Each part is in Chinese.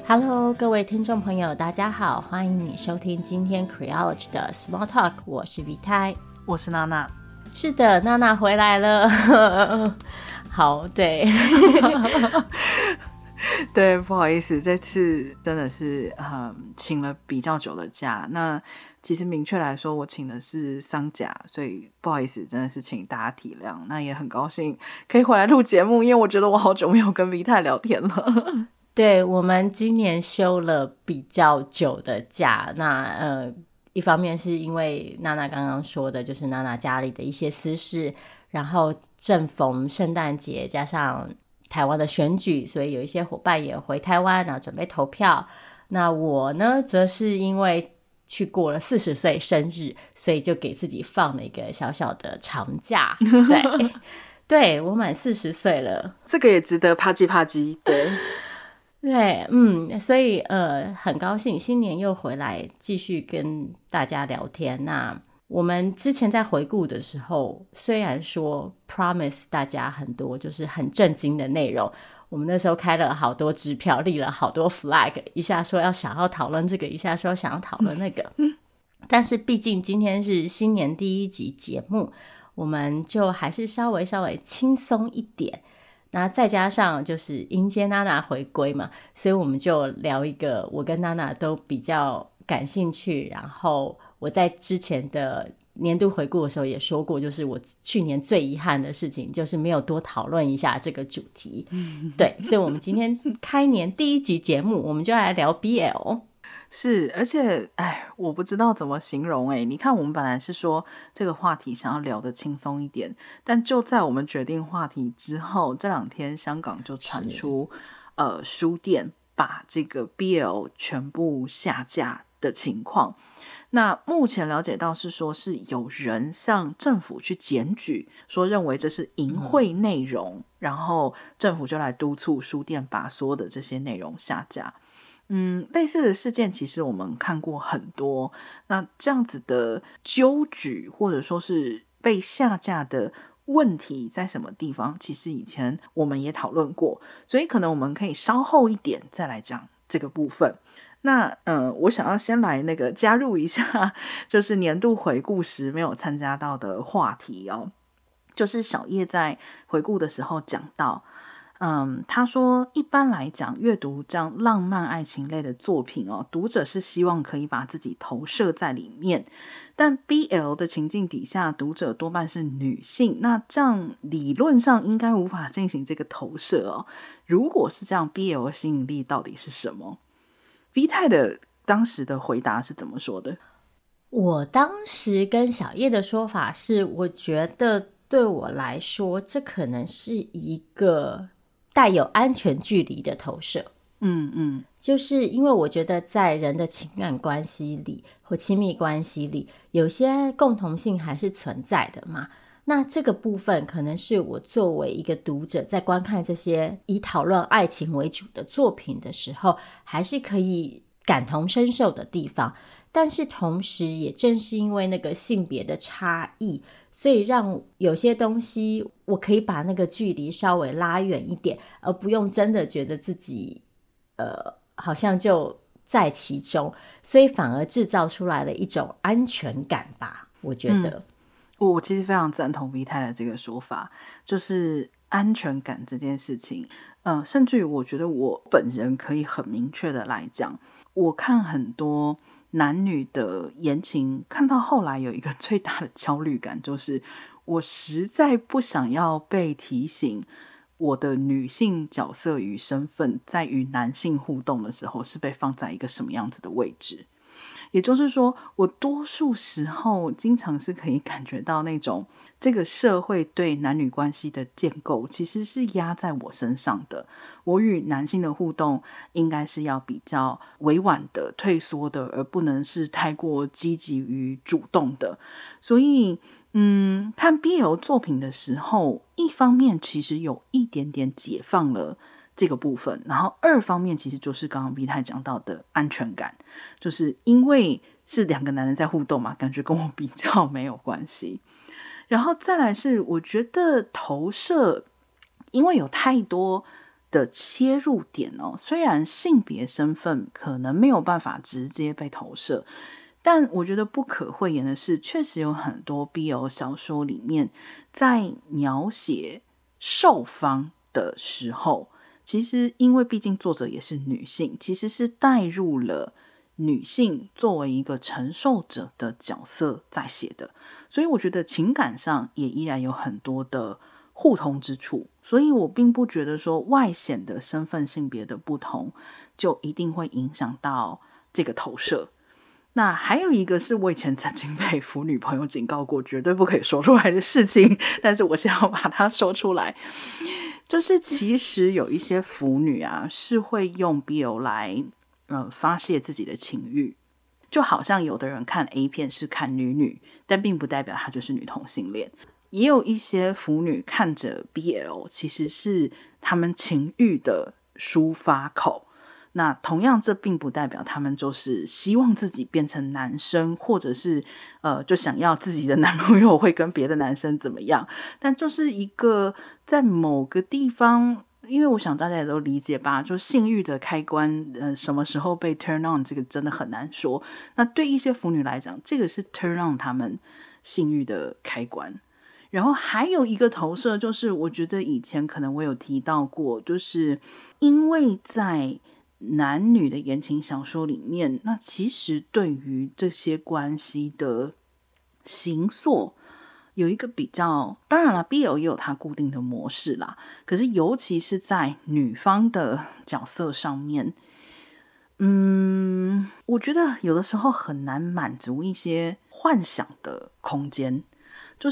Hello， 各位听众朋友，大家好，欢迎你收听今天 Creology 的 Small Talk， 我是 Vita， 我是娜娜。 是的，娜娜回来了。好，对， 对，不好意思，这次真的是请了比较久的假。那其实明确来说，我请的是丧假，所以不好意思，真的是请大家体谅。那也很高兴可以回来录节目，因为我觉得我好久没有跟 Vita 聊天了。 对，我们今年休了比较久的假，那一方面是因为娜娜刚刚说的，就是娜娜家里的一些私事，然后正逢圣诞节加上台湾的选举，所以有一些伙伴也回台湾，然后准备投票。那我呢，则是因为去过了40岁生日，所以就给自己放了一个小小的长假。对，对，我满40岁了， 这个也值得啪叽啪叽。对。 对，所以很高兴新年又回来继续跟大家聊天。那我们之前在回顾的时候，虽然说 promise 大家很多就是很震惊的内容，我们那时候开了好多支票，立了好多 flag， 一下说想要讨论这个，一下说想要讨论那个。但是毕竟今天是新年第一集节目，我们就还是稍微轻松一点。那再加上就是迎接娜娜回归嘛，所以我们就聊一个我跟娜娜都比较感兴趣，然后我在之前的年度回顾的时候也说过，就是我去年最遗憾的事情就是没有多讨论一下这个主题。对，所以我们今天开年第一集节目，我们就来聊 BL。 是，而且我不知道怎么形容你看我们本来是说这个话题想要聊得轻松一点，但就在我们决定话题之后，这2天香港就传出书店把这个 BL 全部下架的情况。那目前了解到是说是有人向政府去检举，说认为这是淫秽内容，然后政府就来督促书店把所有的这些内容下架。类似的事件其实我们看过很多，那这样子的纠举或者说是被下架的问题在什么地方，其实以前我们也讨论过，所以可能我们可以稍后一点再来讲这个部分。那我想要先来加入一下，就是年度回顾时没有参加到的话题哦，就是小叶在回顾的时候讲到他说一般来讲阅读这样浪漫爱情类的作品读者是希望可以把自己投射在里面，但 BL 的情境底下读者多半是女性，那这样理论上应该无法进行这个投射如果是这样， BL 的吸引力到底是什么？ Vita 的当时的回答是怎么说的？ 我当时跟小叶的说法是，我觉得对我来说这可能是一个带有安全距离的投射。就是因为我觉得在人的情感关系里或亲密关系里，有些共同性还是存在的嘛。那这个部分可能是我作为一个读者在观看这些以讨论爱情为主的作品的时候，还是可以感同身受的地方。但是同时也正是因为那个性别的差异，所以让有些东西我可以把那个距离稍微拉远一点，而不用真的觉得自己好像就在其中，所以反而制造出来了一种安全感吧，我觉得。 我其实非常赞同 Vita 的这个说法，就是安全感这件事情甚至于我觉得我本人可以很明确的来讲，我看很多男女的言情，看到后来有一个最大的焦虑感，就是我实在不想要被提醒我的女性角色与身份在与男性互动的时候是被放在一个什么样子的位置。也就是说，我多数时候经常是可以感觉到那种这个社会对男女关系的建构其实是压在我身上的，我与男性的互动应该是要比较委婉的退缩的，而不能是太过积极与主动的。所以看 BL 作品的时候，一方面其实有一点点解放了这个部分，然后二方面其实就是刚刚 Vita 讲到的安全感，就是因为是2个男人在互动嘛，感觉跟我比较没有关系。然后再来是我觉得投射，因为有太多的切入点哦，虽然性别身份可能没有办法直接被投射，但我觉得不可讳言的是，确实有很多 BL 小说里面在描写受方的时候，其实因为毕竟作者也是女性，其实是带入了女性作为一个承受者的角色在写的，所以我觉得情感上也依然有很多的互通之处，所以我并不觉得说外显的身份性别的不同就一定会影响到这个投射。那还有一个是我以前曾经被腐女朋友警告过绝对不可以说出来的事情，但是我现在要把它说出来，就是其实有一些腐女啊是会用 BL 来发泄自己的情欲，就好像有的人看 A 片是看女女，但并不代表她就是女同性恋。也有一些腐女看着 BL 其实是他们情欲的抒发口，那同样这并不代表他们就是希望自己变成男生，或者是就想要自己的男朋友会跟别的男生怎么样，但就是一个在某个地方，因为我想大家也都理解吧，就性欲的开关什么时候被 turn on 这个真的很难说，那对一些腐女来讲，这个是 turn on 他们性欲的开关。然后还有一个投射，就是我觉得以前可能我有提到过，就是因为在男女的言情小说里面，那其实对于这些关系的形塑有一个比较，当然了 BL 也有它固定的模式啦，可是尤其是在女方的角色上面，我觉得有的时候很难满足一些幻想的空间，就是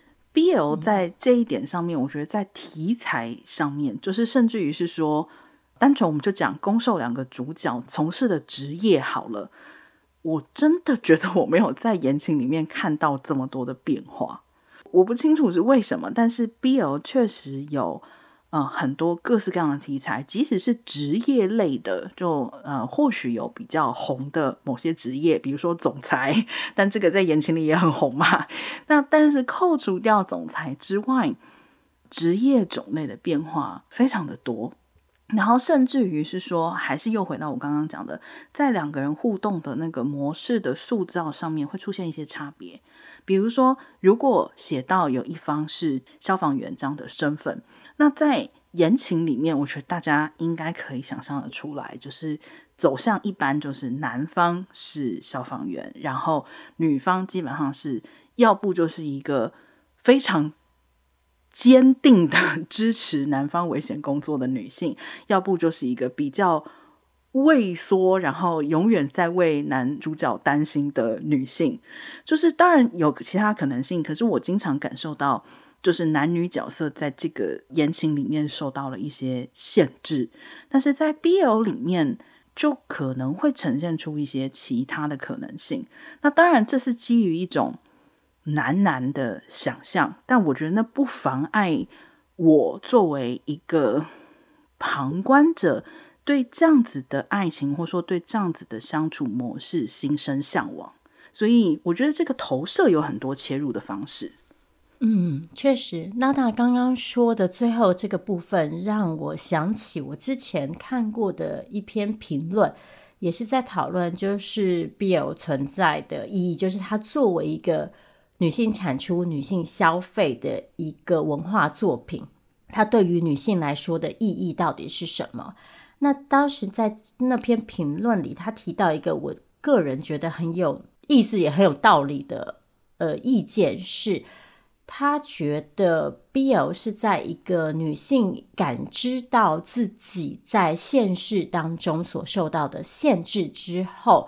BL 在这一点上面，我觉得在题材上面，就是甚至于是说单纯我们就讲攻受两个主角从事的职业好了，我真的觉得我没有在言情里面看到这么多的变化，我不清楚是为什么，但是 BL 确实有很多各式各样的题材，即使是职业类的，就或许有比较红的某些职业，比如说总裁，但这个在言情里也很红嘛。那但是扣除掉总裁之外，职业种类的变化非常的多。然后甚至于是说，还是又回到我刚刚讲的，在两个人互动的那个模式的塑造上面会出现一些差别。比如说，如果写到有一方是消防员这样的身份，那在言情里面，我觉得大家应该可以想象得出来，就是走向一般就是男方是消防员，然后女方基本上是要不就是一个非常坚定的支持男方危险工作的女性，要不就是一个比较畏缩然后永远在为男主角担心的女性。就是当然有其他可能性，可是我经常感受到就是男女角色在这个言情里面受到了一些限制，但是在 BL 里面就可能会呈现出一些其他的可能性。那当然这是基于一种男的想象，但我觉得那不妨碍我作为一个旁观者对这样子的爱情，或说对这样子的相处模式心生向往。所以我觉得这个投射有很多切入的方式。 确实，娜娜刚刚说的最后这个部分让我想起我之前看过的一篇评论，也是在讨论就是 BL 存在的意义，就是它作为一个女性产出、女性消费的一个文化作品，它对于女性来说的意义到底是什么。那当时在那篇评论里，他提到一个我个人觉得很有意思也很有道理的意见，是他觉得 BL 是在一个女性感知到自己在现实当中所受到的限制之后，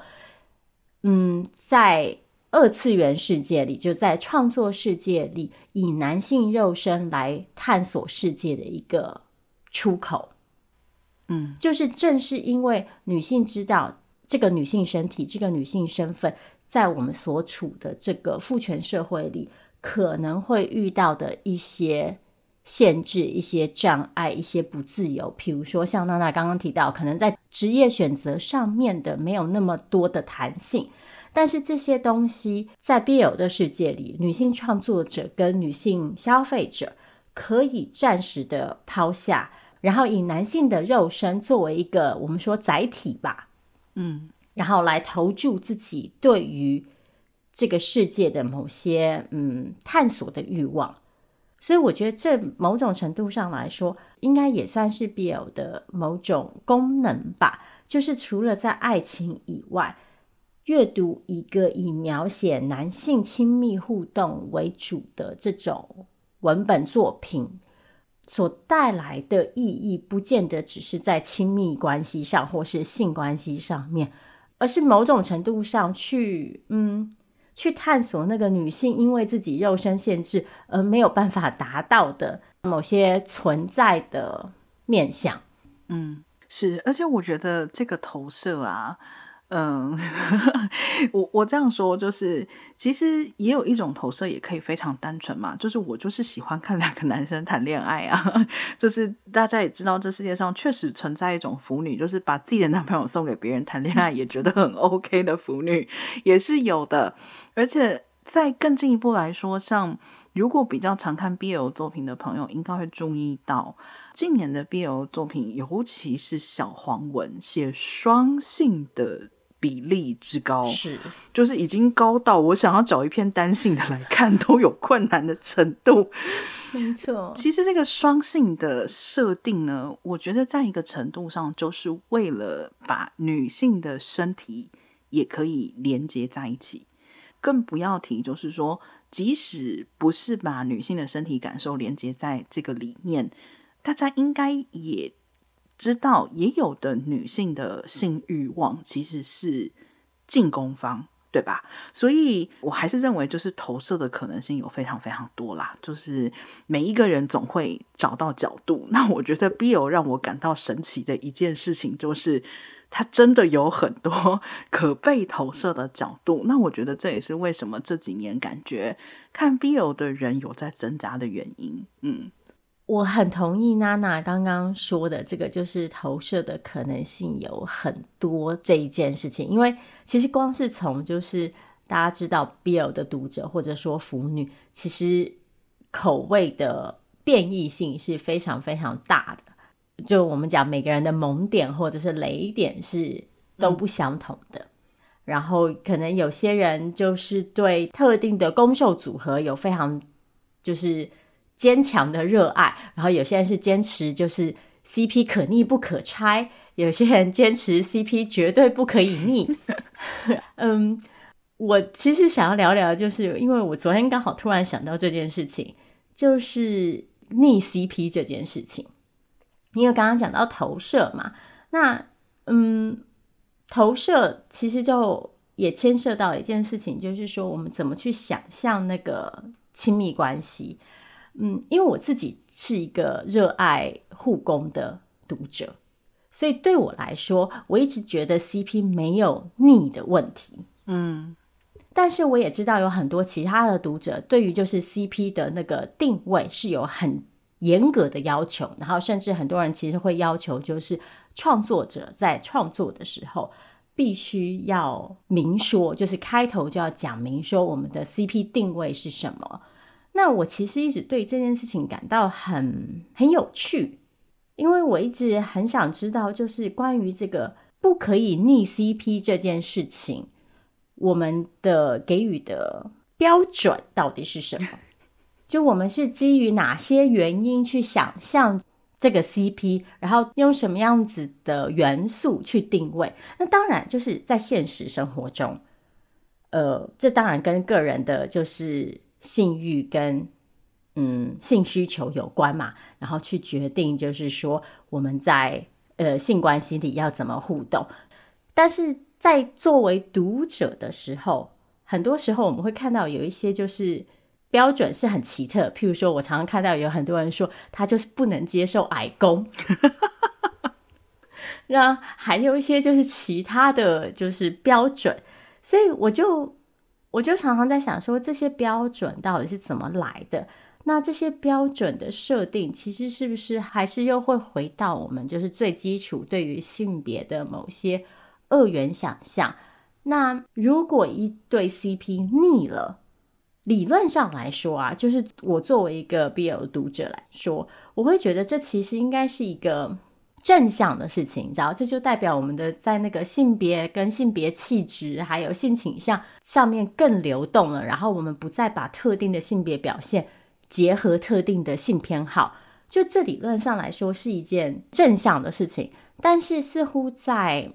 在二次元世界里，就在创作世界里，以男性肉身来探索世界的一个出口。就是正是因为女性知道这个女性身体，这个女性身份，在我们所处的这个父权社会里可能会遇到的一些限制、一些障碍、一些不自由，比如说像娜娜刚刚提到，可能在职业选择上面的没有那么多的弹性，但是这些东西在 BL 的世界里，女性创作者跟女性消费者可以暂时的抛下， 然后以男性的肉身作为一个我们说载体吧，然后来投注自己对于这个世界的某些探索的欲望。所以我觉得这某种程度上来说应该也算是 BL 的某种功能吧，就是除了在爱情以外，阅读一个以描写男性亲密互动为主的这种文本作品所带来的意义，不见得只是在亲密关系上或是性关系上面，而是某种程度上去探索那个女性因为自己肉身限制而没有办法达到的某些存在的面向。 是，而且我觉得这个投射啊，我这样说就是，其实也有一种投射也可以非常单纯嘛，就是我就是喜欢看两个男生谈恋爱啊，就是大家也知道这世界上确实存在一种腐女，就是把自己的男朋友送给别人谈恋爱也觉得很 OK 的腐女也是有的。而且再更进一步来说，像如果比较常看 BL 作品的朋友应该会注意到，近年的 BL 作品尤其是小黄文写双性的比例之高， 是， 就是已经高到我想要找一篇单性的来看都有困难的程度。 没错， 其实这个双性的设定呢，我觉得在一个程度上就是为了把女性的身体也可以连接在一起，更不要提就是说即使不是把女性的身体感受连接在这个里面，大家应该也知道也有的女性的性欲望其实是进攻方，对吧？所以我还是认为就是投射的可能性有非常非常多啦，就是每一个人总会找到角度。那我觉得 BL 让我感到神奇的一件事情就是它真的有很多可被投射的角度，那我觉得这也是为什么这几年感觉看 BL 的人有在增加的原因。 我很同意娜娜刚刚说的这个，就是投射的可能性有很多这一件事情。因为其实光是从就是大家知道 BL 的读者或者说腐女，其实口味的变异性是非常非常大的，就我们讲每个人的萌点或者是雷点是都不相同的。然后可能有些人就是对特定的攻受组合有非常就是坚强的热爱，然后有些人是坚持就是 CP 可逆不可拆，有些人坚持 CP 绝对不可以逆我其实想要聊聊，就是因为我昨天刚好突然想到这件事情，就是逆 CP 这件事情。因为刚刚讲到投射嘛，那投射其实就也牵涉到一件事情，就是说我们怎么去想象那个亲密关系。因为我自己是一个热爱互攻的读者，所以对我来说，我一直觉得 CP 没有逆的问题。但是我也知道有很多其他的读者对于就是 CP 的那个定位是有很严格的要求，然后甚至很多人其实会要求就是创作者在创作的时候必须要明说，就是开头就要讲明说我们的 CP 定位是什么。那我其实一直对这件事情感到很有趣，因为我一直很想知道就是关于这个不可以逆 CP 这件事情，我们的给予的标准到底是什么？就我们是基于哪些原因去想象这个 CP， 然后用什么样子的元素去定位？那当然就是在现实生活中这当然跟个人的就是性欲跟性需求有关嘛，然后去决定就是说我们在性关系里要怎么互动。但是在作为读者的时候，很多时候我们会看到有一些就是标准是很奇特，譬如说我常常看到有很多人说他就是不能接受矮攻那还有一些就是其他的就是标准，所以我就常常在想说这些标准到底是怎么来的。那这些标准的设定其实是不是还是又会回到我们就是最基础对于性别的某些二元想象。那如果一对 CP 腻了， 理论上来说啊，就是我作为一个 BL 读者来说，我会觉得这其实应该是一个正向的事情，你知道，这就代表我们的在那个性别跟性别气质还有性倾向上面更流动了，然后我们不再把特定的性别表现结合特定的性偏好，就这理论上来说是一件正向的事情。但是似乎在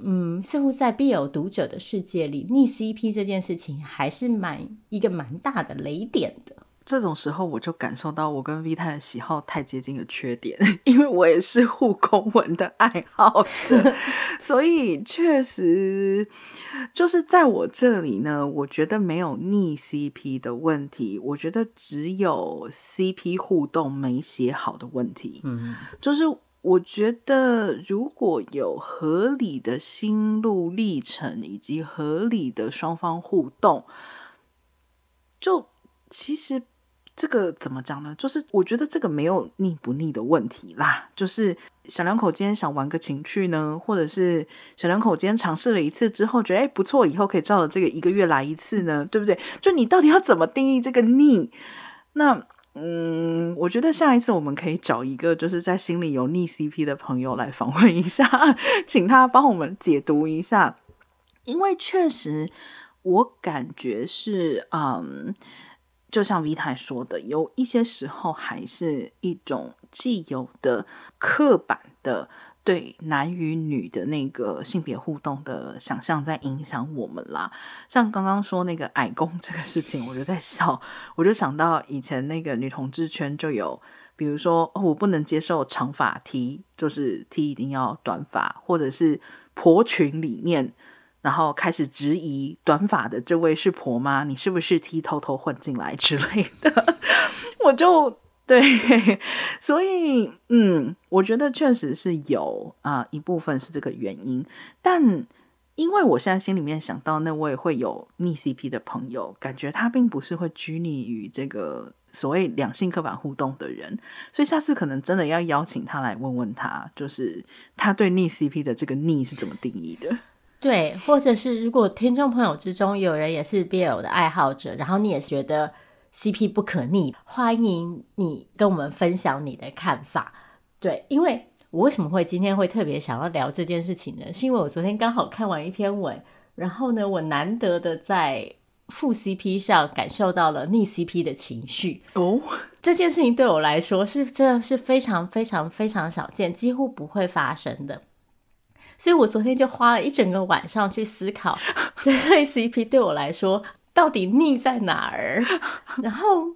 BL 读者的世界里，逆 CP 这件事情还是一个蛮大的雷点的。 这种时候我就感受到我跟 V 太的喜好太接近的缺点，因为我也是护公文的爱好者所以确实就是在我这里呢，我觉得没有逆 CP 的问题，我觉得只有 CP 互动没写好的问题。就是我觉得如果有合理的心路历程以及合理的双方互动，就其实这个怎么讲呢，就是我觉得这个没有腻不腻的问题啦，就是小两口今天想玩个情趣呢，或者是小两口今天尝试了一次之后觉得不错，以后可以照着这个1个月来一次呢，对不对？就你到底要怎么定义这个腻？那我觉得下一次我们可以找一个就是在心里有逆 CP 的朋友来访问一下请他帮我们解读一下，因为确实我感觉是就像 V 太说的，有一些时候还是一种既有的刻板的对男与女的那个性别互动的想象在影响我们啦。像刚刚说那个矮工这个事情，我就在笑，我就想到以前那个女同志圈就有，比如说我不能接受长发 T， 就是 T 一定要短发，或者是婆群里面然后开始质疑短发的这位是婆吗？你是不是 T 偷偷混进来之类的我就对，所以我觉得确实是有一部分是这个原因，但因为我现在心里面想到那位会有逆 CP 的朋友，感觉他并不是会拘泥于这个所谓两性刻板互动的人，所以下次可能真的要邀请他来问问他，就是他对逆 CP 的这个逆是怎么定义的。 对，或者是如果听众朋友之中有人也是 BL 的爱好者，然后你也觉得 CP 不可逆，欢迎你跟我们分享你的看法。对，因为我为什么会今天会特别想要聊这件事情呢？是因为我昨天刚好看完一篇文，然后呢，我难得的在副 CP 上感受到了逆 CP 的情绪。这件事情对我来说真的是非常非常非常少见，几乎不会发生的。所以我昨天就花了一整个晚上去思考这对 CP 对我来说到底腻在哪儿。然后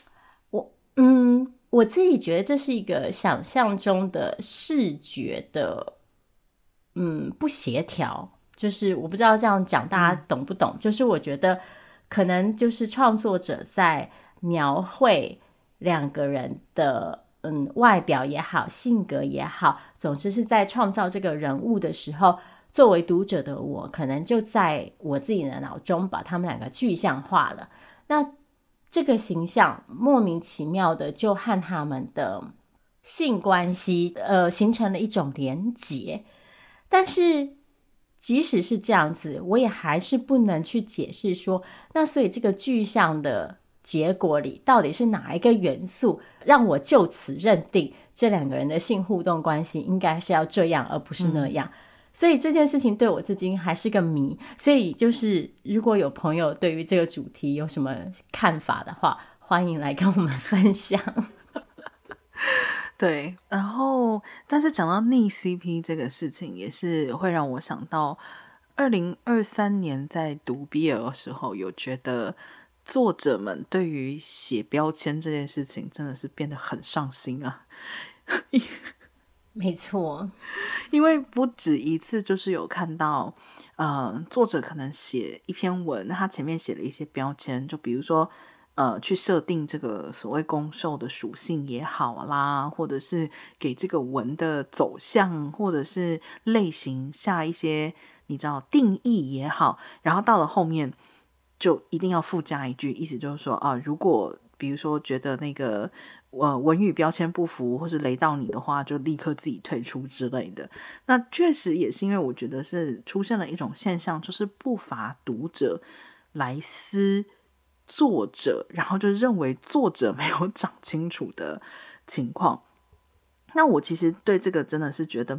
我自己觉得这是一个想象中的视觉的不协调，就是我不知道这样讲大家懂不懂，就是我觉得可能就是创作者在描绘两个人的外表也好，性格也好，总之是在创造这个人物的时候，作为读者的我，可能就在我自己的脑中把他们两个具象化了。那这个形象莫名其妙的就和他们的性关系形成了一种连结。但是即使是这样子，我也还是不能去解释说，那所以这个具象的结果里到底是哪一个元素让我就此认定这两个人的性互动关系应该是要这样而不是那样。所以这件事情对我至今还是个谜，所以就是如果有朋友对于这个主题有什么看法的话，欢迎来跟我们分享对，然后但是讲到逆 CP 这个事情也是会让我想到2023年在读 BL 的时候，有觉得作者们对于写标签这件事情真的是变得很上心啊没错， 因为不止一次就是有看到作者可能写一篇文，他前面写了一些标签，就比如说去设定这个所谓攻受的属性也好啦，或者是给这个文的走向或者是类型下一些你知道定义也好，然后到了后面就一定要附加一句，意思就是说如果比如说觉得那个文语标签不符或是雷到你的话，就立刻自己退出之类的。那确实也是因为我觉得是出现了一种现象，就是不乏读者来撕作者，然后就认为作者没有讲清楚的情况。那我其实对这个真的是觉得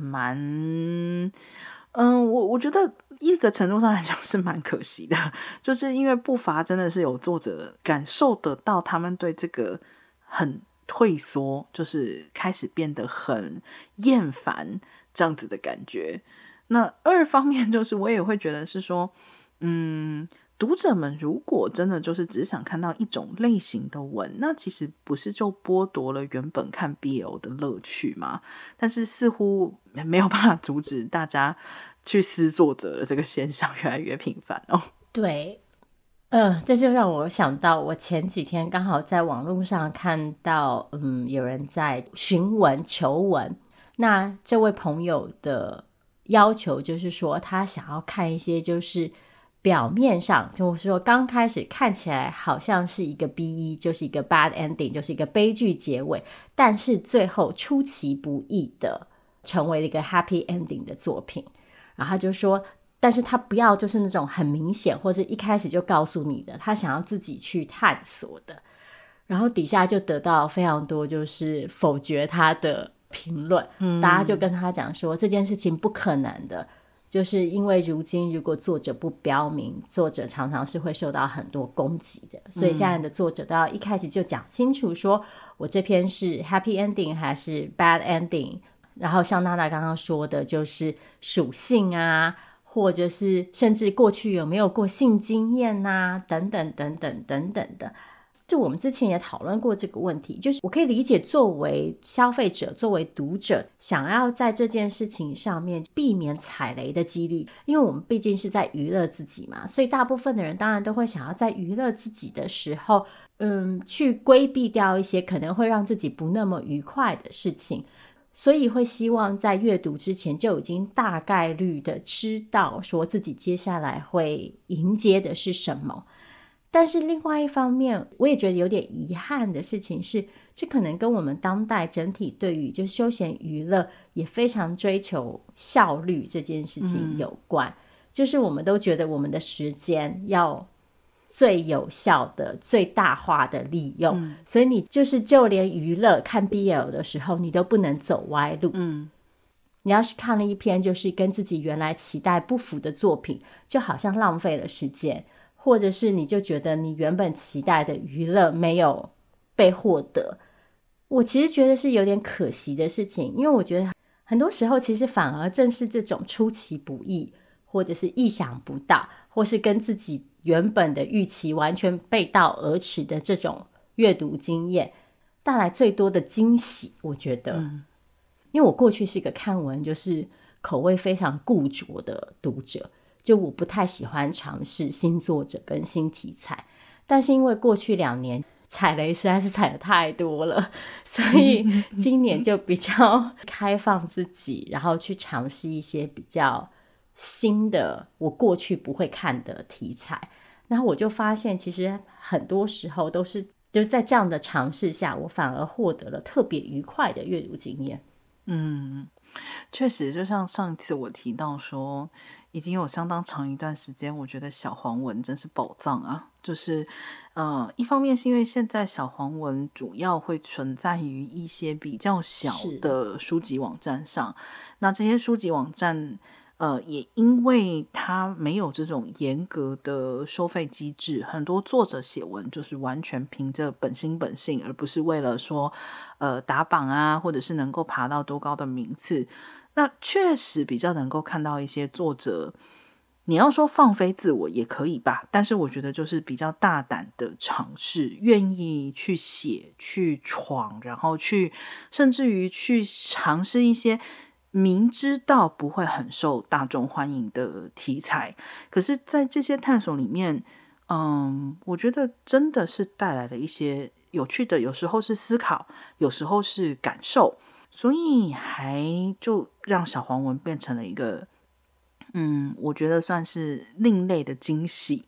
我觉得一个程度上来讲是蛮可惜的，就是因为不乏真的是有作者感受得到他们对这个很退缩，就是开始变得很厌烦这样子的感觉。那二方面就是我也会觉得是说读者们如果真的就是只想看到一种类型的文，那其实不是就剥夺了原本看 BL 的乐趣吗？但是似乎没有办法阻止大家去撕作者的这个现象越来越频繁哦。 对，这就让我想到，我前几天刚好在网络上看到，有人在询问求文，那这位朋友的要求就是说，他想要看一些就是表面上就是说刚开始看起来好像是一个 BE， 就是一个 bad ending， 就是一个悲剧结尾，但是最后出其不意的成为了一个 happy ending 的作品。然后他就说，但是他不要就是那种很明显或者一开始就告诉你的，他想要自己去探索的。然后底下就得到非常多就是否决他的评论，大家就跟他讲说这件事情不可能的，就是因为如今如果作者不标明，作者常常是会受到很多攻击的，所以现在的作者都要一开始就讲清楚说我这篇是 happy ending 还是 bad ending。然后像娜娜刚刚说的就是属性啊，或者是甚至过去有没有过性经验啊，等等等等等等的。就我们之前也讨论过这个问题，就是我可以理解作为消费者作为读者想要在这件事情上面避免踩雷的几率，因为我们毕竟是在娱乐自己嘛，所以大部分的人当然都会想要在娱乐自己的时候去规避掉一些可能会让自己不那么愉快的事情，所以会希望在阅读之前就已经大概率的知道说自己接下来会迎接的是什么。但是另外一方面我也觉得有点遗憾的事情是，这可能跟我们当代整体对于就是休闲娱乐也非常追求效率这件事情有关，就是我们都觉得我们的时间要最有效的最大化的利用，所以你就是就连娱乐看 BL 的时候你都不能走歪路。你要是看了一篇就是跟自己原来期待不符的作品，就好像浪费了时间，或者是你就觉得你原本期待的娱乐没有被获得，我其实觉得是有点可惜的事情。因为我觉得很多时候其实反而正是这种出其不意或者是意想不到或是跟自己原本的预期完全背道而驰的这种阅读经验带来最多的惊喜，我觉得因为我过去是一个看文就是口味非常固着的读者，就我不太喜欢尝试新作者跟新题材，但是因为过去2年踩雷实在是踩得太多了，所以今年就比较开放自己，然后去尝试一些比较新的我过去不会看的题材。然后我就发现其实很多时候都是就在这样的尝试下，我反而获得了特别愉快的阅读经验。 确实就像上一次我提到说已经有相当长一段时间我觉得小黄文真是宝藏啊，就是一方面是因为现在小黄文主要会存在于一些比较小的书籍网站上，那这些书籍网站也因为它没有这种严格的收费机制，很多作者写文就是完全凭着本心本性，而不是为了说打榜啊，或者是能够爬到多高的名次。那确实比较能够看到一些作者，你要说放飞自我也可以吧，但是我觉得就是比较大胆的尝试，愿意去写去闯，然后去甚至于去尝试一些明知道不会很受大众欢迎的题材，可是在这些探索里面我觉得真的是带来了一些有趣的，有时候是思考，有时候是感受，所以还就让小黄文变成了一个我觉得算是另类的惊喜。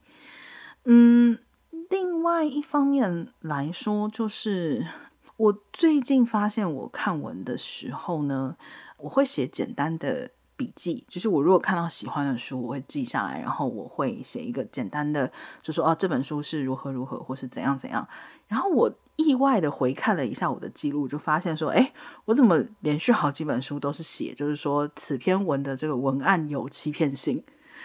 另外一方面来说，就是我最近发现我看文的时候呢，我会写简单的笔记，就是我如果看到喜欢的书，我会记下来，然后我会写一个简单的，就说这本书是如何如何，或是怎样怎样。然后我意外的回看了一下我的记录，就发现说，我怎么连续好几本书都是写，就是说此篇文的这个文案有欺骗性，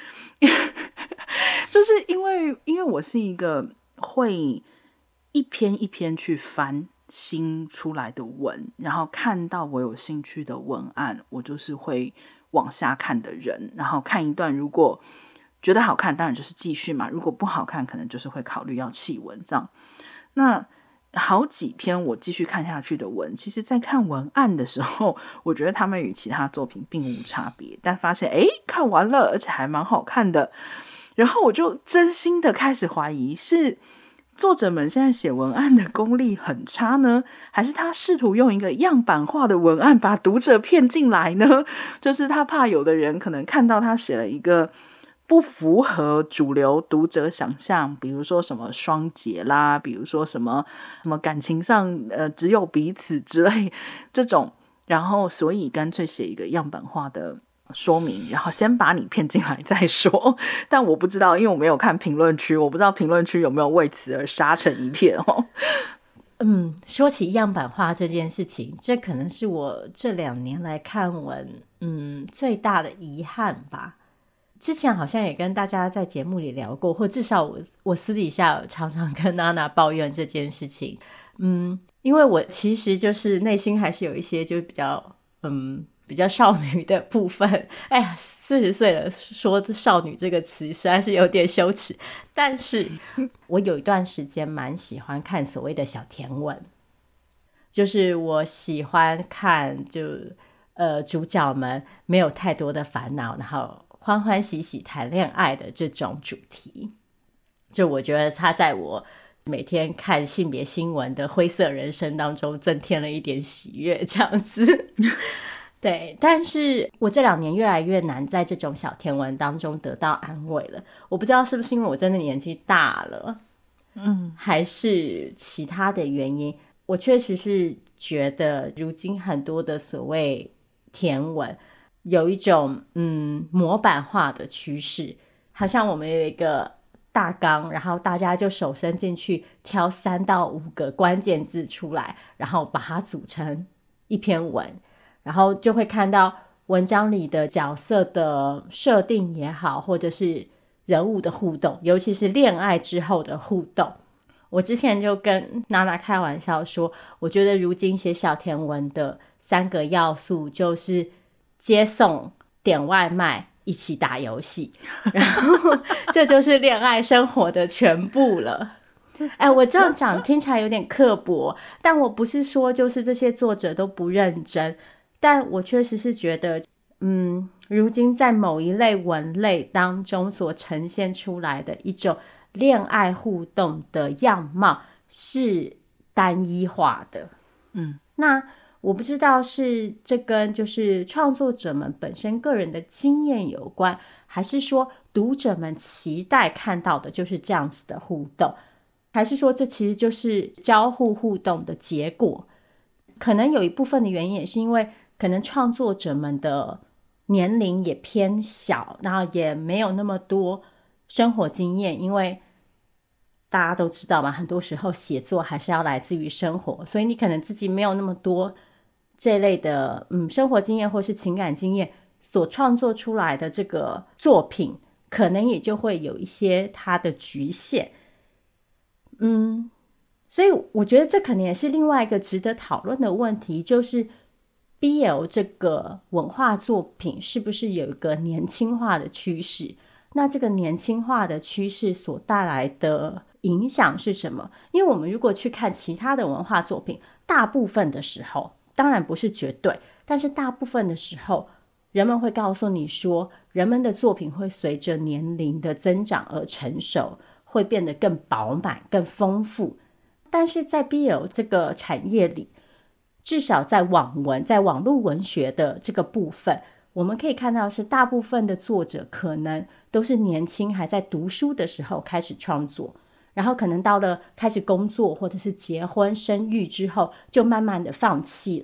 就是因为我是一个会一篇一篇去翻新出来的文，然后看到我有兴趣的文案，我就是会往下看的人。然后看一段，如果觉得好看，当然就是继续嘛；如果不好看，可能就是会考虑要弃文这样。那好几篇我继续看下去的文，其实在看文案的时候，我觉得他们与其他作品并无差别，但发现看完了，而且还蛮好看的。然后我就真心的开始怀疑，是作者们现在写文案的功力很差呢，还是他试图用一个样板化的文案把读者骗进来呢？就是他怕有的人可能看到他写了一个不符合主流读者想象，比如说什么双节啦，比如说什么感情上只有彼此之类这种，然后所以干脆写一个样板化的说明，然后先把你骗进来再说。但我不知道，因为我没有看评论区，我不知道评论区有没有为此而杀成一片哦。 说起样板化这件事情，这可能是我这2年来看文最大的遗憾吧。之前好像也跟大家在节目里聊过，或至少我私底下常常跟娜娜抱怨这件事情。因为我其实就是内心还是有一些就是比较少女的部分。哎呀，40岁了说少女这个词实在是有点羞耻。但是我有一段时间蛮喜欢看所谓的小甜文，就是我喜欢看主角们没有太多的烦恼，然后欢欢喜喜谈恋爱的这种主题。就我觉得它在我每天看性别新闻的灰色人生当中增添了一点喜悦这样子。对，但是我这2年越来越难在这种小甜文当中得到安慰了。我不知道是不是因为我真的年纪大了，还是其他的原因。我确实是觉得如今很多的所谓甜文有一种模板化的趋势，好像我们有一个大纲，然后大家就手伸进去挑3到5个关键字出来，然后把它组成一篇文，然后就会看到文章里的角色的设定也好，或者是人物的互动，尤其是恋爱之后的互动。我之前就跟娜娜开玩笑说，我觉得如今写小甜文的3个要素就是接送、点外卖、一起打游戏，然后这就是恋爱生活的全部了。我这样讲听起来有点刻薄，但我不是说就是这些作者都不认真，但我确实是觉得如今在某一类文类当中所呈现出来的一种恋爱互动的样貌是单一化的。那我不知道是这跟就是创作者们本身个人的经验有关，还是说读者们期待看到的就是这样子的互动，还是说这其实就是交互互动的结果。可能有一部分的原因也是因为可能创作者们的年龄也偏小，然后也没有那么多生活经验，因为大家都知道嘛，很多时候写作还是要来自于生活，所以你可能自己没有那么多这类的生活经验或是情感经验，所创作出来的这个作品可能也就会有一些它的局限。所以我觉得这可能也是另外一个值得讨论的问题，就是 BL 这个文化作品是不是有一个年轻化的趋势？那这个年轻化的趋势所带来的影响是什么？因为我们如果去看其他的文化作品，大部分的时候，当然不是绝对，但是大部分的时候，人们会告诉你说，人们的作品会随着年龄的增长而成熟，会变得更饱满、更丰富。但是在 BL 这个产业里，至少在网文、在网络文学的这个部分，我们可以看到是大部分的作者可能都是年轻还在读书的时候开始创作，然后可能到了开始工作或者是结婚生育之后就慢慢的放弃了。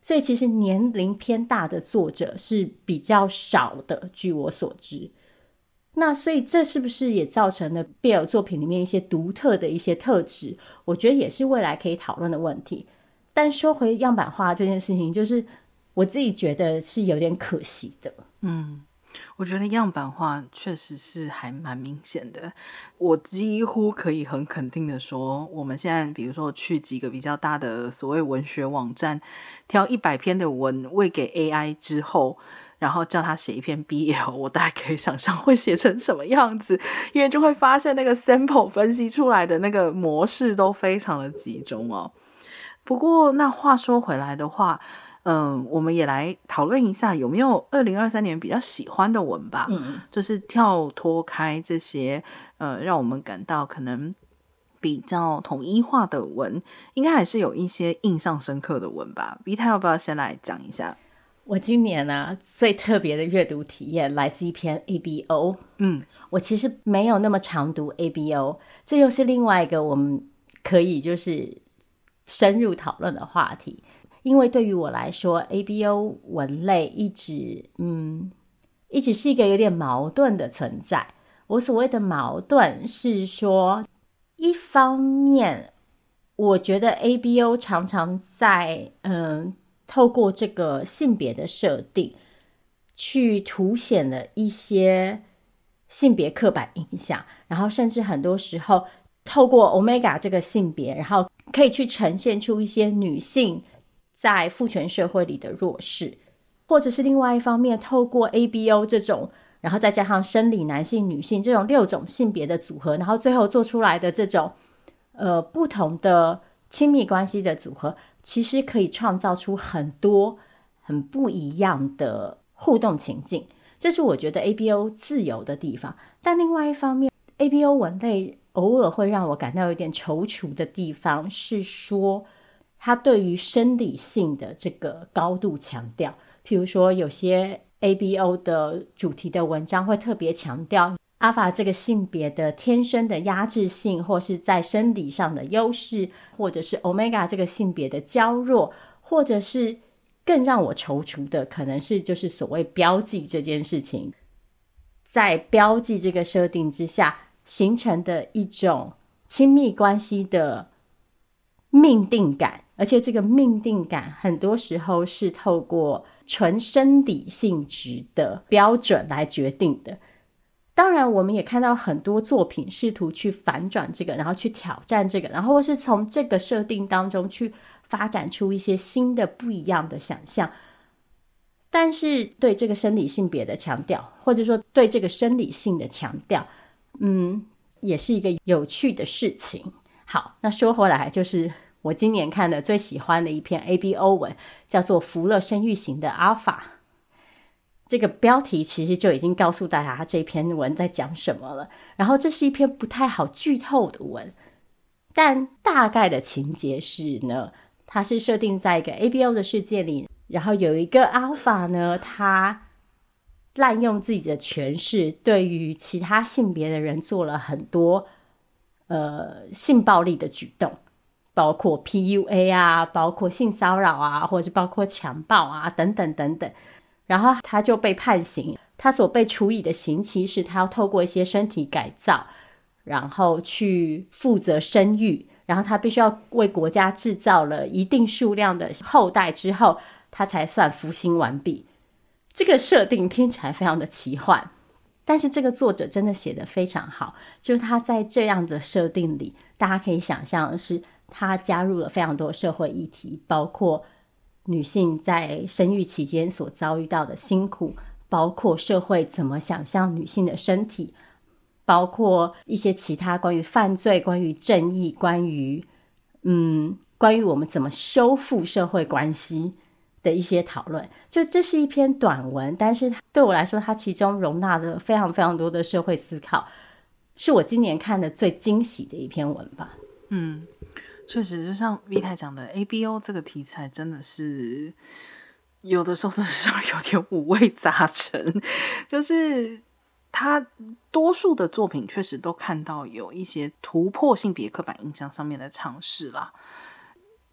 所以其实年龄偏大的作者是比较少的，据我所知。那所以这是不是也造成了贝尔作品里面一些独特的一些特质？我觉得也是未来可以讨论的问题。但说回样板化这件事情，就是我自己觉得是有点可惜的。 我觉得样板化确实是还蛮明显的。我几乎可以很肯定的说，我们现在比如说去几个比较大的所谓文学网站，挑100篇的文喂给 AI 之后，然后叫他写一篇 BL， 我大概可以想象会写成什么样子，因为就会发现那个 sample 分析出来的那个模式都非常的集中哦。不过那话说回来的话，我们也来讨论一下有没有2023年比较喜欢的文吧。就是跳脱开这些让我们感到可能比较统一化的文，应该还是有一些印象深刻的文吧。B 太要不要先来讲一下？ 我今年啊最特别的阅读体验来自一篇 ABO。我其实没有那么常读 ABO， 这又是另外一个我们可以就是深入讨论的话题。因为对于我来说 ABO 文类一直是一个有点矛盾的存在。我所谓的矛盾是说，一方面我觉得 ABO 常常在透过这个性别的设定去凸显了一些性别刻板印象，然后甚至很多时候透过 Omega 这个性别，然后可以去呈现出一些女性在父权社会里的弱势，或者是另外一方面透过 ABO 这种，然后再加上生理男性女性这种6种性别的组合，然后最后做出来的这种不同的亲密关系的组合，其实可以创造出很多很不一样的互动情境。这是我觉得 ABO 自由的地方。但另外一方面 ABO 文类偶尔会让我感到有点踌躇的地方是说，它对于生理性的这个高度强调。譬如说有些 ABO 的主题的文章会特别强调阿法这个性别的天生的压制性，或是在生理上的优势，或者是 Omega 这个性别的娇弱，或者是更让我踌躇的可能是就是所谓标记这件事情，在标记这个设定之下形成的一种亲密关系的命定感，而且这个命定感很多时候是透过纯生理性质的标准来决定的。当然我们也看到很多作品试图去反转这个，然后去挑战这个，然后或是从这个设定当中去发展出一些新的不一样的想象。但是对这个生理性别的强调，或者说对这个生理性的强调也是一个有趣的事情。好，那说回来，就是我今年看的最喜欢的一篇 ABO 文，叫做《服了生育型的阿法》。这个标题其实就已经告诉大家这篇文在讲什么了。然后这是一篇不太好剧透的文，但大概的情节是呢，它是设定在一个 ABO 的世界里，然后有一个 Alpha 呢，他滥用自己的权势，对于其他性别的人做了很多性暴力的举动，包括 PUA 啊，包括性骚扰啊，或者是包括强暴啊等等等等。然后他就被判刑，他所被处以的刑期是他要透过一些身体改造，然后去负责生育，然后他必须要为国家制造了一定数量的后代之后，他才算服刑完毕。这个设定听起来非常的奇幻，但是这个作者真的写得非常好，就是他在这样的设定里，大家可以想象的是他加入了非常多社会议题，包括女性在生育期间所遭遇到的辛苦，包括社会怎么想象女性的身体，包括一些其他关于犯罪、关于正义、关于我们怎么修复社会关系的一些讨论。就这是一篇短文，但是对我来说它其中容纳了非常非常多的社会思考，是我今年看的最惊喜的一篇文吧。 确实就像 V 太讲的 ABO 这个题材真的是有的时候真的是有点五味杂陈，就是他多数的作品确实都看到有一些突破性别刻板印象上面的尝试啦。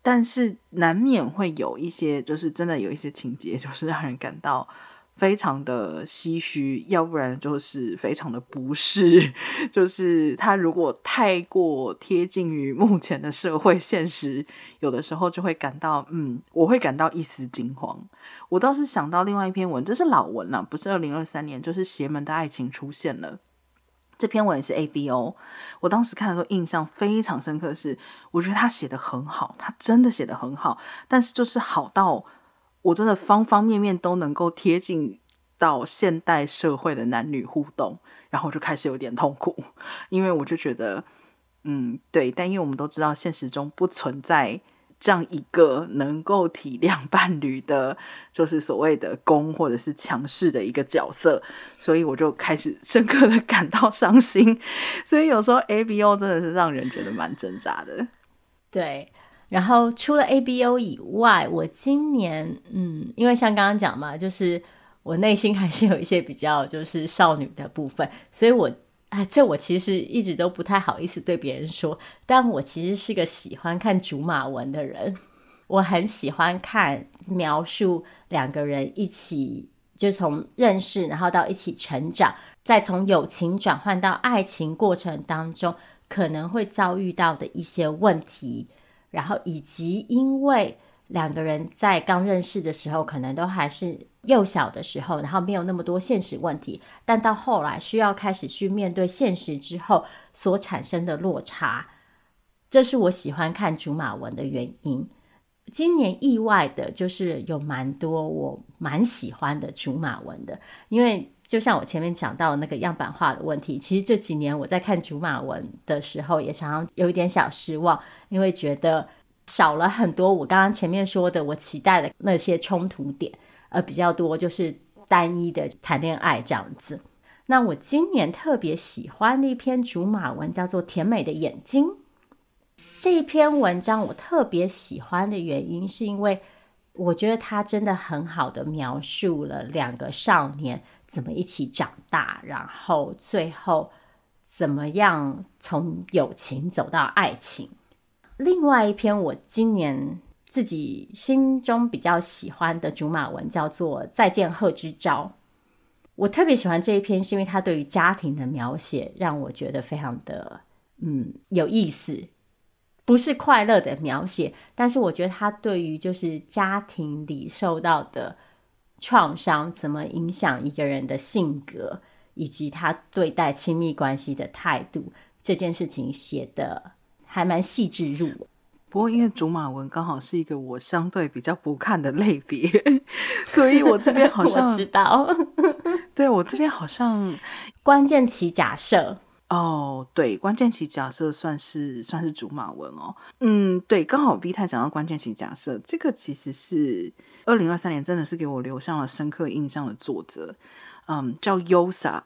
但是难免会有一些，就是真的有一些情节，就是让人感到非常的唏嘘，要不然就是非常的不适。就是他如果太过贴近于目前的社会现实，有的时候就会感到我会感到一丝惊慌。我倒是想到另外一篇文，这是老文啦，不是2023年，就是邪门的爱情出现了。这篇文也是 ABO， 我当时看的时候印象非常深刻是，我觉得他写得很好，他真的写得很好，但是就是好到我真的方方面面都能够贴近到现代社会的男女互动，然后我就开始有点痛苦，因为我就觉得对，但因为我们都知道现实中不存在这样一个能够体谅伴侣的，就是所谓的攻或者是强势的一个角色，所以我就开始深刻的感到伤心。所以有时候 ABO 真的是让人觉得蛮挣扎的。 对，然后除了 ABO 以外，我今年因为像刚刚讲嘛，就是我内心还是有一些比较就是少女的部分，所以这我其实一直都不太好意思对别人说，但我其实是个喜欢看竹马文的人。我很喜欢看描述两个人一起就从认识然后到一起成长，再从友情转换到爱情过程当中可能会遭遇到的一些问题，然后以及因为两个人在刚认识的时候可能都还是幼小的时候，然后没有那么多现实问题，但到后来需要开始去面对现实之后所产生的落差，这是我喜欢看竹马文的原因。今年意外的就是有蛮多我蛮喜欢的竹马文的，因为就像我前面讲到那个样板化的问题，其实这几年我在看竹马文的时候也常常有一点小失望，因为觉得少了很多我刚刚前面说的我期待的那些冲突点，比较多就是单一的谈恋爱这样子。那我今年特别喜欢的一篇竹马文叫做《甜美的眼睛》。这一篇文章我特别喜欢的原因是因为我觉得它真的很好的描述了两个少年怎么一起长大，然后最后怎么样从友情走到爱情。另外一篇我今年自己心中比较喜欢的竹马文叫做《再见贺之昭》。我特别喜欢这一篇是因为它对于家庭的描写让我觉得非常的有意思，不是快乐的描写，但是我觉得他对于就是家庭里受到的创伤怎么影响一个人的性格，以及他对待亲密关系的态度，这件事情写的还蛮细致入微。 不过因为竹马文刚好是一个我相对比较不看的类别，所以我这边好像我知道对，我这边好像关键期假设对，关键期假设算是竹马文哦。对，刚好 V 太讲到关键期假设，这个其实是2023年真的是给我留下了深刻印象的作者，叫 Llosa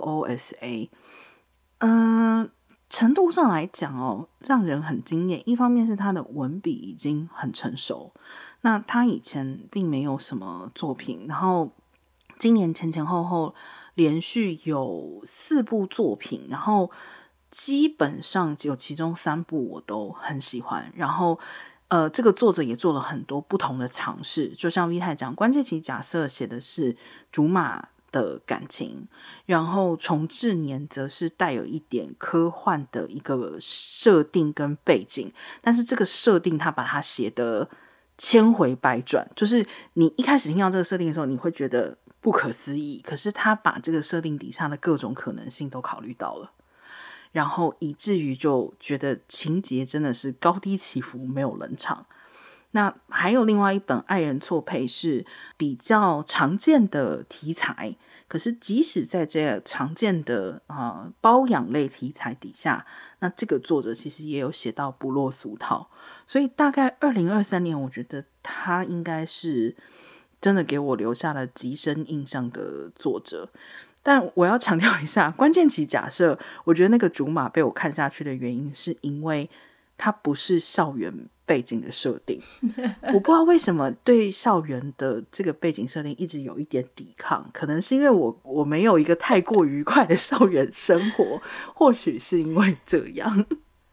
LLOSA。程度上来讲让人很惊艳。一方面是他的文笔已经很成熟，那他以前并没有什么作品，然后今年前后后连续有4部作品，然后基本上有其中3部我都很喜欢。然后这个作者也做了很多不同的尝试，就像 V 太讲，关键期假设写的是竹马的感情，然后重置年则是带有一点科幻的一个设定跟背景，但是这个设定他把它写得千回百转，就是你一开始听到这个设定的时候你会觉得不可思议，可是他把这个设定底下的各种可能性都考虑到了，然后以至于就觉得情节真的是高低起伏，没有冷场。那还有另外一本《爱人错配》是比较常见的题材，可是即使在这个常见的包养类题材底下，那这个作者其实也有写到不落俗套，所以大概2023年我觉得他应该是真的给我留下了极深印象的作者。但我要强调一下，关键期假设我觉得那个竹马被我看下去的原因是因为它不是校园背景的设定我不知道为什么对校园的这个背景设定一直有一点抵抗，可能是因为我没有一个太过愉快的校园生活，或许是因为这样。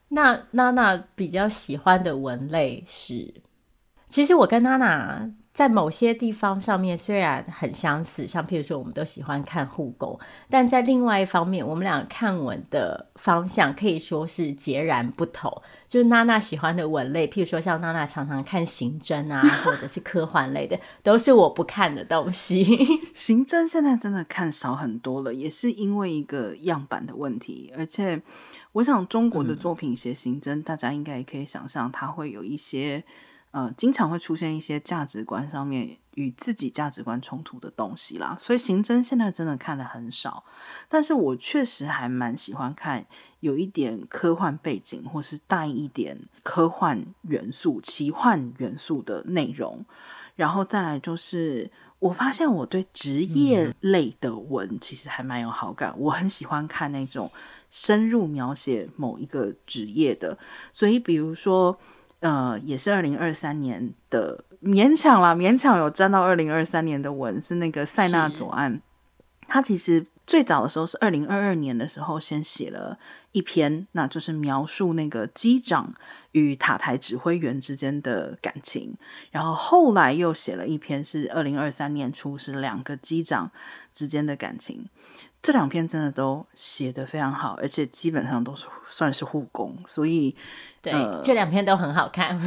那娜娜比较喜欢的文类是，其实我跟娜娜在某些地方上面虽然很相似，像譬如说我们都喜欢看护工，但在另外一方面，我们俩看文的方向可以说是截然不同。就是娜娜喜欢的文类，譬如说像娜娜常常看刑侦啊，或者是科幻类的，都是我不看的东西。 刑侦现在真的看少很多了，也是因为一个样板的问题，而且我想中国的作品写刑侦，大家应该也可以想象，它会有一些经常会出现一些价值观上面与自己价值观冲突的东西啦，所以刑侦现在真的看的很少，但是我确实还蛮喜欢看有一点科幻背景或是带一点科幻元素、奇幻元素的内容，然后再来就是我发现我对职业类的文其实还蛮有好感，我很喜欢看那种深入描写某一个职业的，所以比如说也是2023年的，勉强有沾到2023年的文，是那个塞纳佐案。他其实最早的时候是2022年的时候先写了一篇，那就是描述那个机长与塔台指挥员之间的感情，然后后来又写了一篇是2023年初是两个机长之间的感情。这两篇真的都写得非常好，而且基本上都是算是互攻，所以对，这两篇都很好看。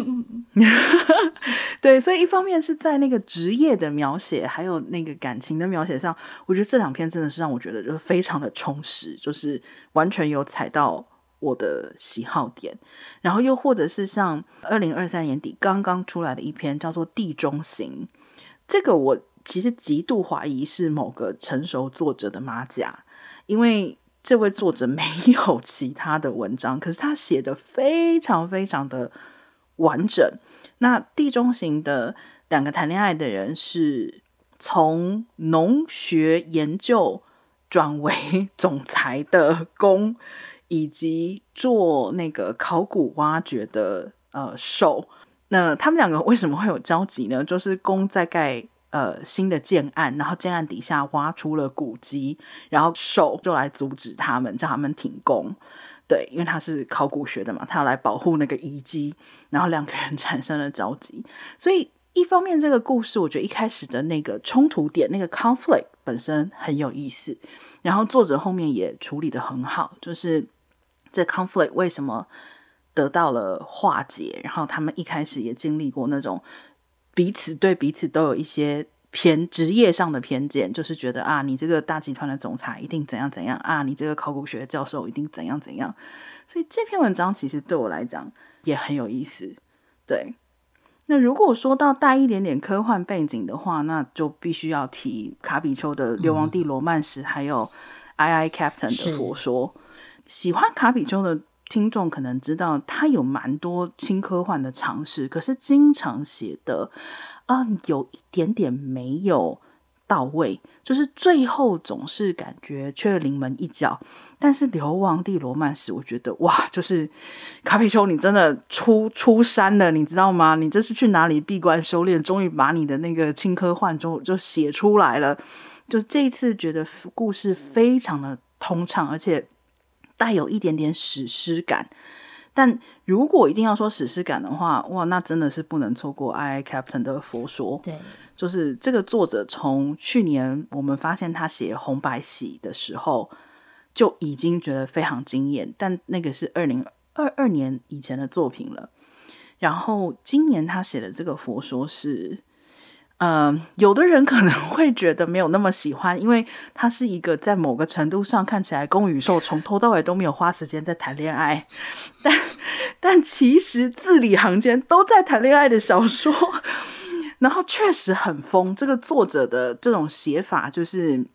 对，所以一方面是在那个职业的描写还有那个感情的描写上，我觉得这两篇真的是让我觉得就是非常的充实，就是完全有踩到我的喜好点。然后又或者是像2023年底刚刚出来的一篇叫做《地中行》，这个我其实极度怀疑是某个成熟作者的马甲，因为这位作者没有其他的文章，可是他写的非常非常的完整。那地中行的两个谈恋爱的人是从农学研究转为总裁的公，以及做那个考古挖掘的受。那他们两个为什么会有交集呢？就是公在盖新的建案，然后建案底下挖出了古迹，然后受就来阻止他们，叫他们停工。对，因为他是考古学的嘛，他要来保护那个遗迹，然后两个人产生了交集。所以一方面这个故事我觉得一开始的那个冲突点，那个 conflict 本身很有意思，然后作者后面也处理得很好，就是这 conflict 为什么得到了化解，然后他们一开始也经历过那种彼此对彼此都有一些职业上的偏见，就是觉得啊，你这个大集团的总裁一定怎样怎样啊，你这个考古学的教授一定怎样怎样。所以这篇文章其实对我来讲也很有意思。对，那如果说到带一点点科幻背景的话，那就必须要提卡比丘的《流亡地罗曼史》还有 II Captain 的佛说。喜欢卡比丘的听众可能知道他有蛮多轻科幻的尝试，可是经常写的有一点点没有到位，就是最后总是感觉缺了临门一脚。但是流亡地罗曼史我觉得哇，就是卡比丘你真的出山了，你知道吗？你这是去哪里闭关修炼，终于把你的那个轻科幻就写出来了。就这一次觉得故事非常的通畅，而且带有一点点史诗感。但如果一定要说史诗感的话，哇，那真的是不能错过 II Captain 的佛说。 对， 就是这个作者从去年我们发现他写红白喜的时候就已经觉得非常惊艳，但那个是2022年以前的作品了。然后今年他写的这个佛说是有的人可能会觉得没有那么喜欢，因为他是一个在某个程度上看起来公与受从头到尾都没有花时间在谈恋爱，但其实字里行间都在谈恋爱的小说，然后确实很疯。这个作者的这种写法就是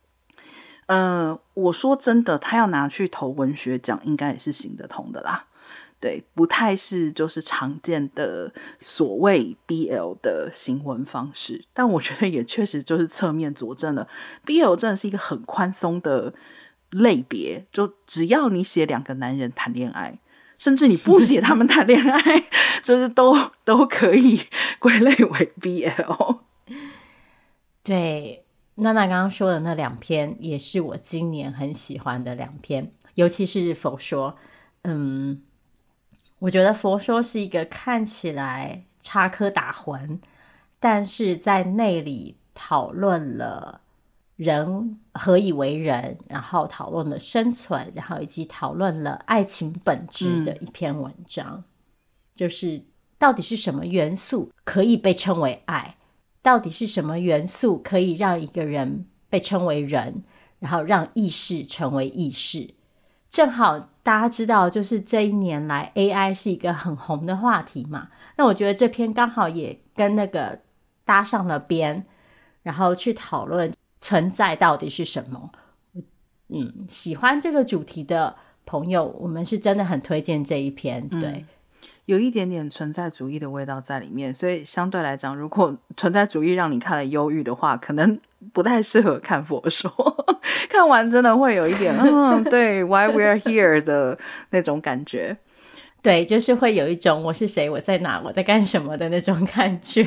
我说真的，他要拿去投文学奖应该也是行得通的啦。对，不太是就是常见的所谓 BL 的行文方式，但我觉得也确实就是侧面佐证了 BL 真的是一个很宽松的类别，就只要你写两个男人谈恋爱，甚至你不写他们谈恋爱就是都可以归类为 BL。 对，娜娜刚刚说的那两篇也是我今年很喜欢的两篇，尤其是佛说。 我觉得佛说是一个看起来插科打诨，但是在内里讨论了人何以为人，然后讨论了生存，然后以及讨论了爱情本质的一篇文章。就是到底是什么元素可以被称为爱，到底是什么元素可以让一个人被称为人，然后让意识成为意识。正好大家知道，就是这一年来 AI 是一个很红的话题嘛，那我觉得这篇刚好也跟那个搭上了边，然后去讨论存在到底是什么。喜欢这个主题的朋友，我们是真的很推荐这一篇。对， 有一点点存在主义的味道在里面，所以相对来讲，如果存在主义让你看了忧郁的话，可能不太适合看佛说。看完真的会有一点对 why we're here 的那种感觉。 对，就是会有一种我是谁，我在哪，我在干什么的那种感觉。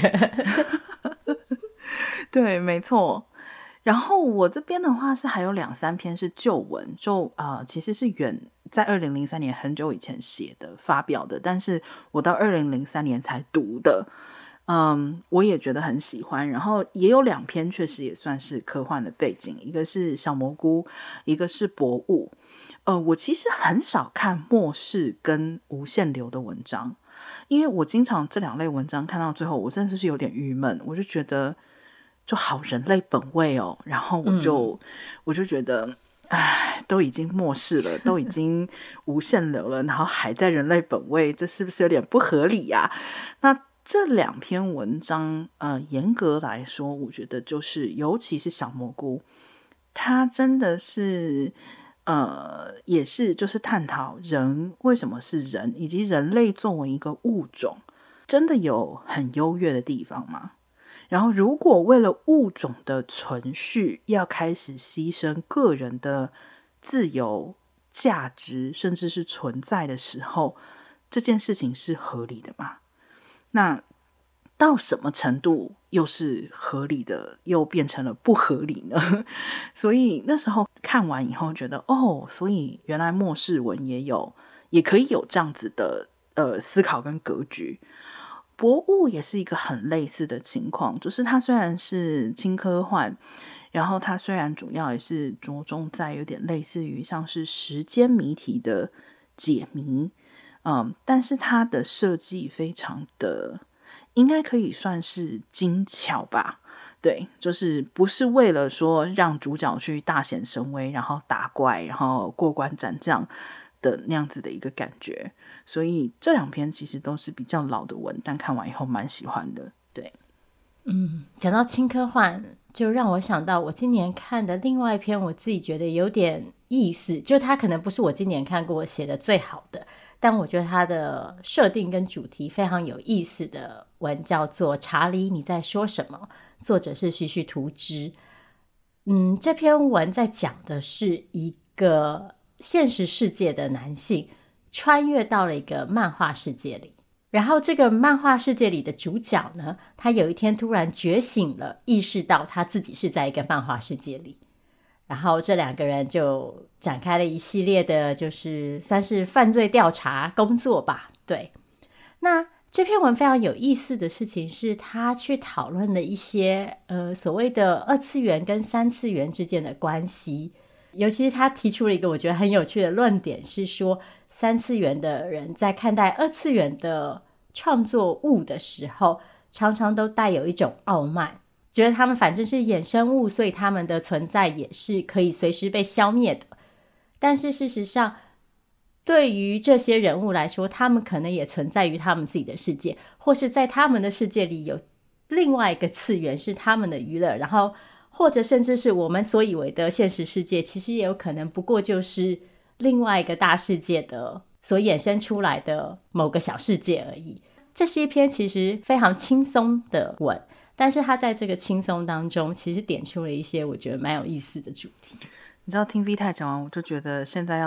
对，没错。然后我这边的话是还有2-3篇是旧文，其实是在2003年很久以前写的发表的，但是我到2003年才读的。我也觉得很喜欢，然后也有2篇确实也算是科幻的背景，一个是小蘑菇，一个是博物。我其实很少看末世跟无限流的文章，因为我经常这2类文章看到最后我真的是有点郁闷，我就觉得就好人类本位哦，然后我就觉得都已经末世了，都已经无限流了，然后还在人类本位，这是不是有点不合理啊？那这2篇文章严格来说我觉得就是尤其是小蘑菇，它真的是也是就是探讨人为什么是人，以及人类作为一个物种真的有很优越的地方吗？然后如果为了物种的存续要开始牺牲个人的自由价值甚至是存在的时候，这件事情是合理的吗？那到什么程度又是合理的又变成了不合理呢？所以那时候看完以后觉得所以原来末世文也可以有这样子的思考跟格局。博物也是一个很类似的情况，就是它虽然是轻科幻，然后它虽然主要也是着重在有点类似于像是时间谜题的解谜，但是它的设计非常的应该可以算是精巧吧。对，就是不是为了说让主角去大显神威，然后打怪，然后过关斩将的那样子的一个感觉。所以这2篇其实都是比较老的文，但看完以后蛮喜欢的。对， 讲到轻科幻，就让我想到我今年看的另外一篇，我自己觉得有点意思，就它可能不是我今年看过写的最好的，但我觉得它的设定跟主题非常有意思的文，叫做《查理你在说什么》，作者是徐徐图之。这篇文在讲的是一个现实世界的男性穿越到了一个漫画世界里，然后这个漫画世界里的主角呢，他有一天突然觉醒了，意识到他自己是在一个漫画世界里，然后这2个人就展开了一系列的就是算是犯罪调查工作吧。对，那这篇文非常有意思的事情是他去讨论了一些所谓的2次元跟3次元之间的关系，尤其是他提出了一个我觉得很有趣的论点，是说3次元的人在看待2次元的创作物的时候，常常都带有一种傲慢，觉得他们反正是衍生物，所以他们的存在也是可以随时被消灭的。但是事实上对于这些人物来说，他们可能也存在于他们自己的世界，或是在他们的世界里有另外一个次元是他们的娱乐，然后或者甚至是我们所以为的现实世界，其实也有可能不过就是另外一个大世界的所衍生出来的某个小世界而已。这是一篇其实非常轻松的文，但是他在这个轻松当中其实点出了一些我觉得蛮有意思的主题。 你知道听 V 太讲完，我就觉得现在要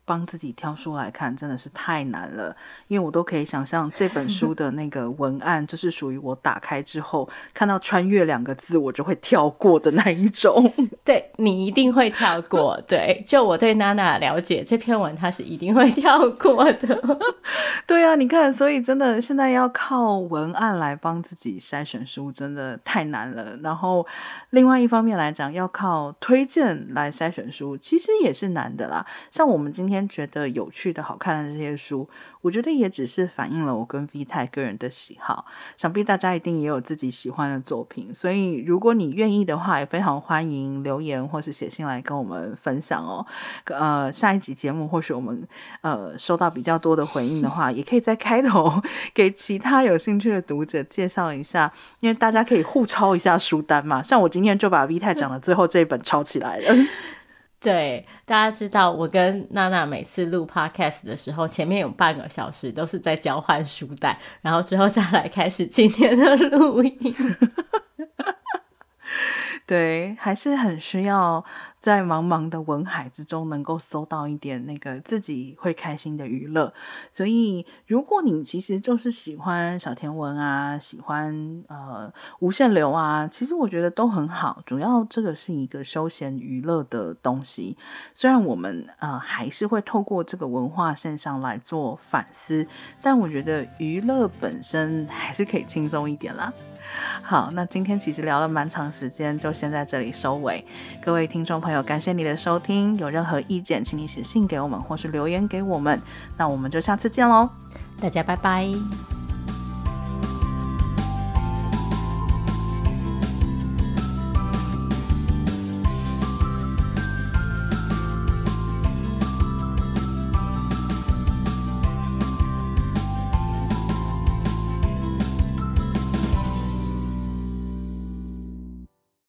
帮自己挑书来看真的是太难了，因为我都可以想象这本书的那个文案就是属于我打开之后看到穿越2个字我就会跳过的那一种。 对，你一定会跳过。对，就我对娜娜了解，这篇文它是一定会跳过的。 对啊，你看，所以真的现在要靠文案来帮自己筛选书真的太难了，然后另外一方面来讲要靠推荐来筛选书其实也是难的啦。像我们今天觉得有趣的好看的这些书，我觉得也只是反映了我跟 V 太个人的喜好，想必大家一定也有自己喜欢的作品，所以如果你愿意的话也非常欢迎留言或是写信来跟我们分享哦。下一集节目或许我们收到比较多的回应的话也可以在开头给其他有兴趣的读者介绍一下，因为大家可以互抄一下书单嘛，像我今天就把 V 太讲的最后这一本抄起来了。 对，大家知道我跟娜娜每次录 podcast 的时候前面有半个小时都是在交换书单，然后之后再来开始今天的录音。 对，还是很需要在茫茫的文海之中能够搜到一点那个自己会开心的娱乐。所以如果你其实就是喜欢小甜文啊，喜欢无限流啊，其实我觉得都很好，主要这个是一个休闲娱乐的东西。虽然我们还是会透过这个文化现象来做反思，但我觉得娱乐本身还是可以轻松一点啦。好，那今天其实聊了蛮长时间，就先在这里收尾。各位听众朋友，感谢你的收听，有任何意见请你写信给我们或是留言给我们，那我们就下次见咯， 大家拜拜。